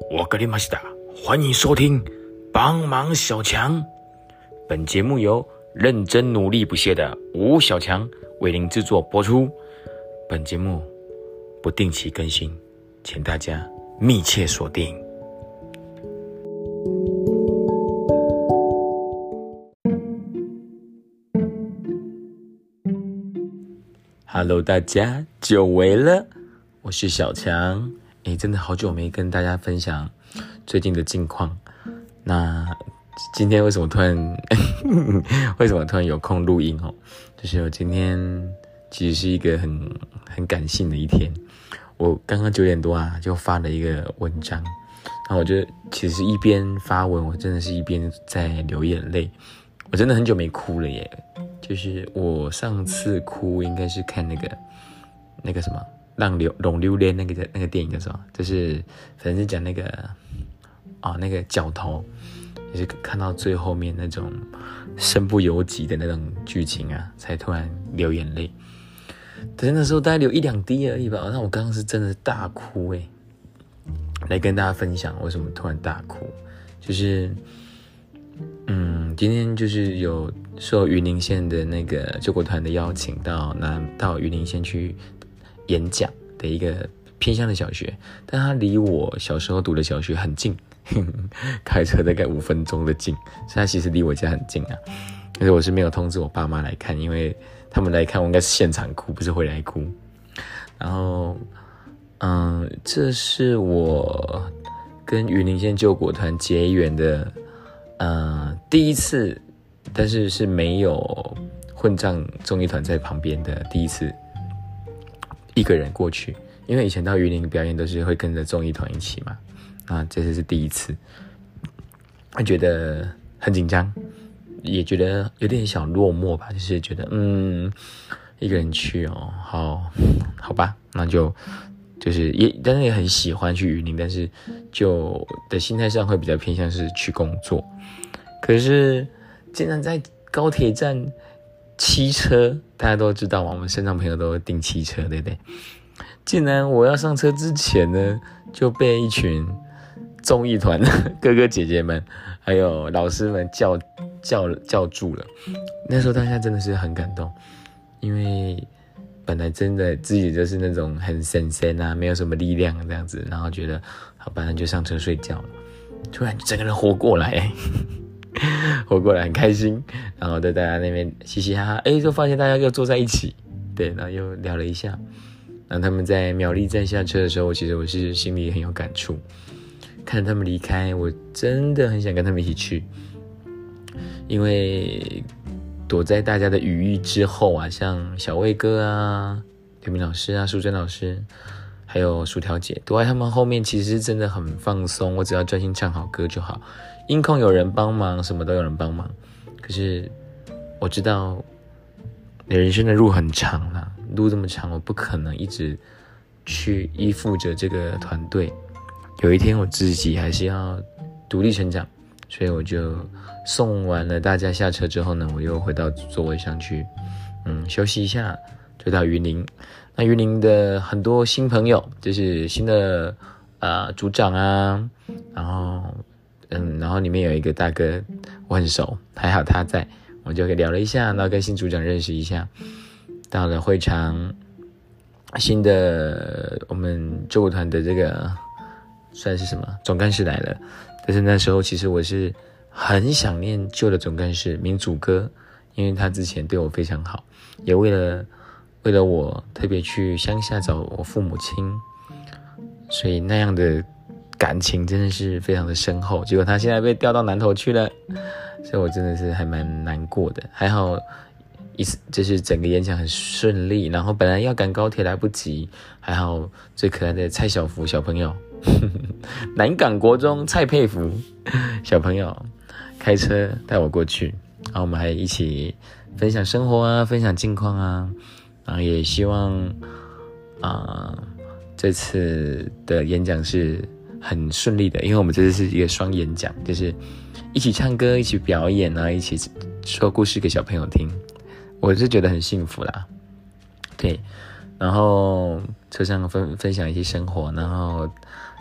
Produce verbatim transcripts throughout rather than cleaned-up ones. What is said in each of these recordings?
我格里马西达，欢迎收听帮忙小强。本节目由认真努力不懈的吴小强为您制作播出。本节目不定期更新，请大家密切锁定。Hello， 大家久违了，我是小强。诶，真的好久没跟大家分享最近的近况。那今天为什么突然为什么突然有空录音哦？就是我今天其实是一个很很感性的一天。我刚刚九点多啊就发了一个文章，然后我就其实一边发文，我真的是一边在流眼泪。我真的很久没哭了耶！就是我上次哭应该是看那个那个什么。让流龙榴莲那个那个电影的时候，就是反正是讲那个啊、哦、那个角头，就是看到最后面那种身不由己的那种剧情啊，才突然流眼泪。但是那时候大概流一两滴而已吧。那我刚刚是真的大哭诶，来跟大家分享为什么突然大哭，就是嗯，今天就是有受云林县的那个救国团的邀请到南到云林县去演讲的一个偏乡的小学，但它离我小时候读的小学很近，呵呵开车大概五分钟的近，所以它其实离我家很近啊。可是我是没有通知我爸妈来看，因为他们来看我应该是现场哭，不是回来哭。然后，嗯，这是我跟云林县救国团结缘的，呃，第一次，但是是没有混账综艺团在旁边的第一次。一个人过去，因为以前到云林表演都是会跟着综艺团一起嘛，那这次是第一次，我觉得很紧张，也觉得有点小落寞吧，就是觉得嗯，一个人去哦，好，好吧，那就就是也，但是也很喜欢去云林，但是就的心态上会比较偏向是去工作，可是竟然在高铁站。骑车大家都知道嘛，我们身上朋友都订汽车，对不对？竟然我要上车之前呢，就被一群综艺团的哥哥姐姐们，还有老师们叫叫叫住了。那时候大家真的是很感动，因为本来真的自己就是那种很神神啊，没有什么力量这样子，然后觉得好吧，那就上车睡觉了。突然整个人活过来。活过来很开心，然后在大家那边嘻嘻哈哈，哎，就发现大家又坐在一起，对，然后又聊了一下。然后他们在苗栗站下车的时候，其实我是心里很有感触，看着他们离开，我真的很想跟他们一起去，因为躲在大家的羽翼之后啊，像小魏哥啊、刘明老师啊、淑珍老师，还有薯条姐，躲在他们后面，其实真的很放松，我只要专心唱好歌就好。音控有人帮忙，什么都有人帮忙。可是我知道，人生的路很长啦，路这么长，我不可能一直去依附着这个团队。有一天我自己还是要独立成长，所以我就送完了大家下车之后呢，我又回到座位上去，嗯，休息一下，就到云林。那云林的很多新朋友，就是新的呃组长啊，然后。嗯，然后里面有一个大哥，我很熟，还好他在，我就聊了一下，然后跟新组长认识一下。到了会场，新的我们救国团的这个算是什么总干事来了，但是那时候其实我是很想念旧的总干事民主哥，因为他之前对我非常好，也为了为了我特别去乡下找我父母亲，所以那样的。感情真的是非常的深厚，结果他现在被调到南投去了，所以我真的是还蛮难过的。还好，一次就是整个演讲很顺利，然后本来要赶高铁来不及，还好最可爱的蔡小福小朋友，南港国中蔡佩福小朋友开车带我过去，然后我们还一起分享生活啊，分享近况啊，然后也希望啊、呃、这次的演讲是。很顺利的，因为我们这次是一个双演讲，就是一起唱歌、一起表演，然后一起说故事给小朋友听，我是觉得很幸福啦。对，然后车上分分享一些生活，然后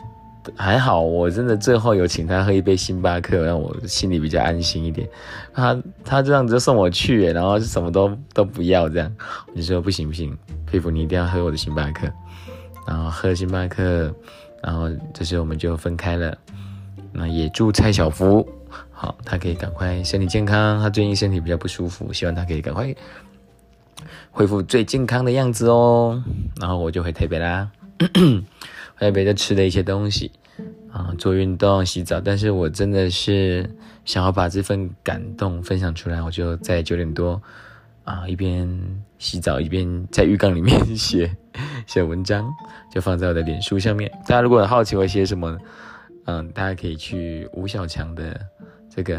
还好，我真的最后有请他喝一杯星巴克，让我心里比较安心一点。他他这样子就送我去，然后什么都都不要这样，我就说不行不行，佩服你一定要喝我的星巴克。然后喝星巴克，然后这时候我们就分开了。那也祝蔡小福好，他可以赶快身体健康。他最近身体比较不舒服，希望他可以赶快恢复最健康的样子哦。然后我就回台北啦。回台北就吃了一些东西啊，做运动、洗澡，但是我真的是想要把这份感动分享出来，我就在九点多啊，一边洗澡一边在浴缸里面写写文章，就放在我的脸书上面。大家如果很好奇我写什么，嗯，大家可以去吴小强的这个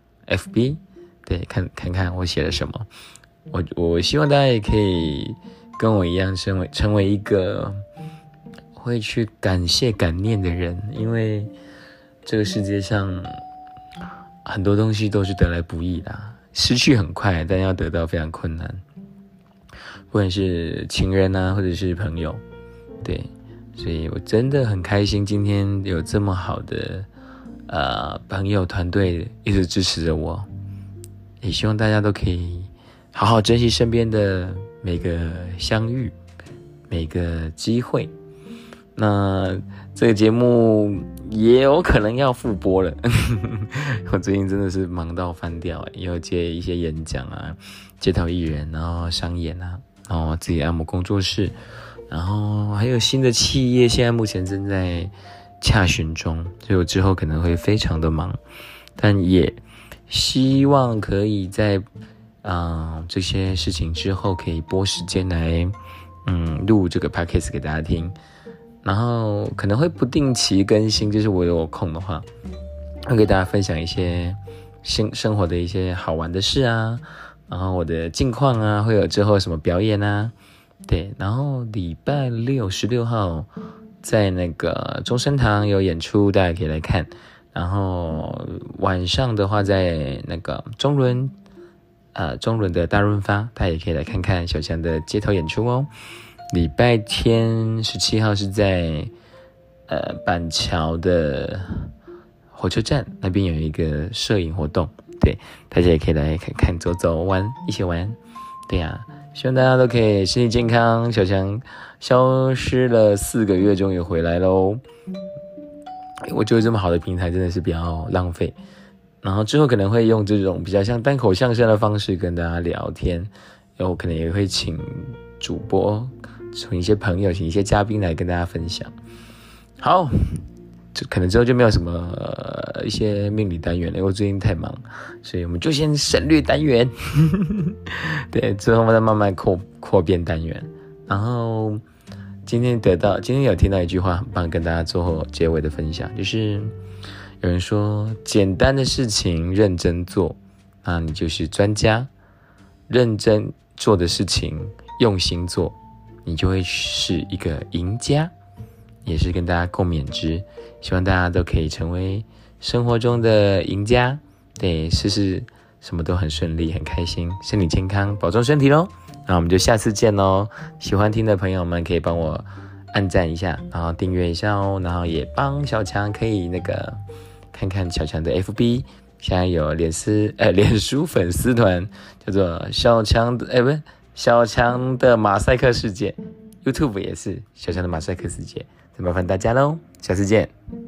F B， 对，看看看我写了什么。我我希望大家也可以跟我一样，成为成为一个会去感谢感念的人，因为这个世界上很多东西都是得来不易的，失去很快，但要得到非常困难。不管是情人啊，或者是朋友，对，所以我真的很开心，今天有这么好的呃朋友团队一直支持着我，也希望大家都可以好好珍惜身边的每个相遇，每个机会。那这个节目也有可能要复播了我最近真的是忙到翻掉，又接一些演讲啊，街头艺人，然后商演啊，然后自己按摩工作室，然后还有新的企业，现在目前正在洽询中，所以我之后可能会非常的忙，但也希望可以在嗯这些事情之后可以拨时间来嗯录这个 podcast 给大家听。然后可能会不定期更新，就是我有空的话会给大家分享一些生生活的一些好玩的事啊，然后我的近况啊，会有之后什么表演啊，对，然后礼拜六十六号在那个中山堂有演出，大家可以来看。然后晚上的话在那个中仑呃中仑的大润发，大家也可以来看看小强的街头演出哦。礼拜天十七号是在呃板桥的火车站那边有一个摄影活动，对，大家也可以来看看走走玩，一起玩，对呀、啊，希望大家都可以身体健康。小强消失了四个月，终于回来咯。我觉得这么好的平台真的是不要浪费，然后之后可能会用这种比较像单口相声的方式跟大家聊天，然后可能也会请主播，请一些朋友，请一些嘉宾来跟大家分享。好，就可能之后就没有什么、呃、一些命理单元了，因为我最近太忙，所以我们就先省略单元对，之后再慢慢扩扩变单元。然后今天得到今天有听到一句话很棒，跟大家做结尾的分享，就是有人说简单的事情认真做，那你就是专家；认真做的事情用心做，你就会是一个赢家。也是跟大家共勉之，希望大家都可以成为生活中的赢家，对，事事什么都很顺利，很开心，身体健康，保重身体咯。那我们就下次见咯。喜欢听的朋友们可以帮我按赞一下，然后订阅一下哦，然后也帮小强可以那个看看小强的 F B， 现在有脸丝呃脸书粉丝团叫做小强的哎不是小强的马赛克世界， YouTube 也是小强的马赛克世界，再麻烦大家咯，下次见。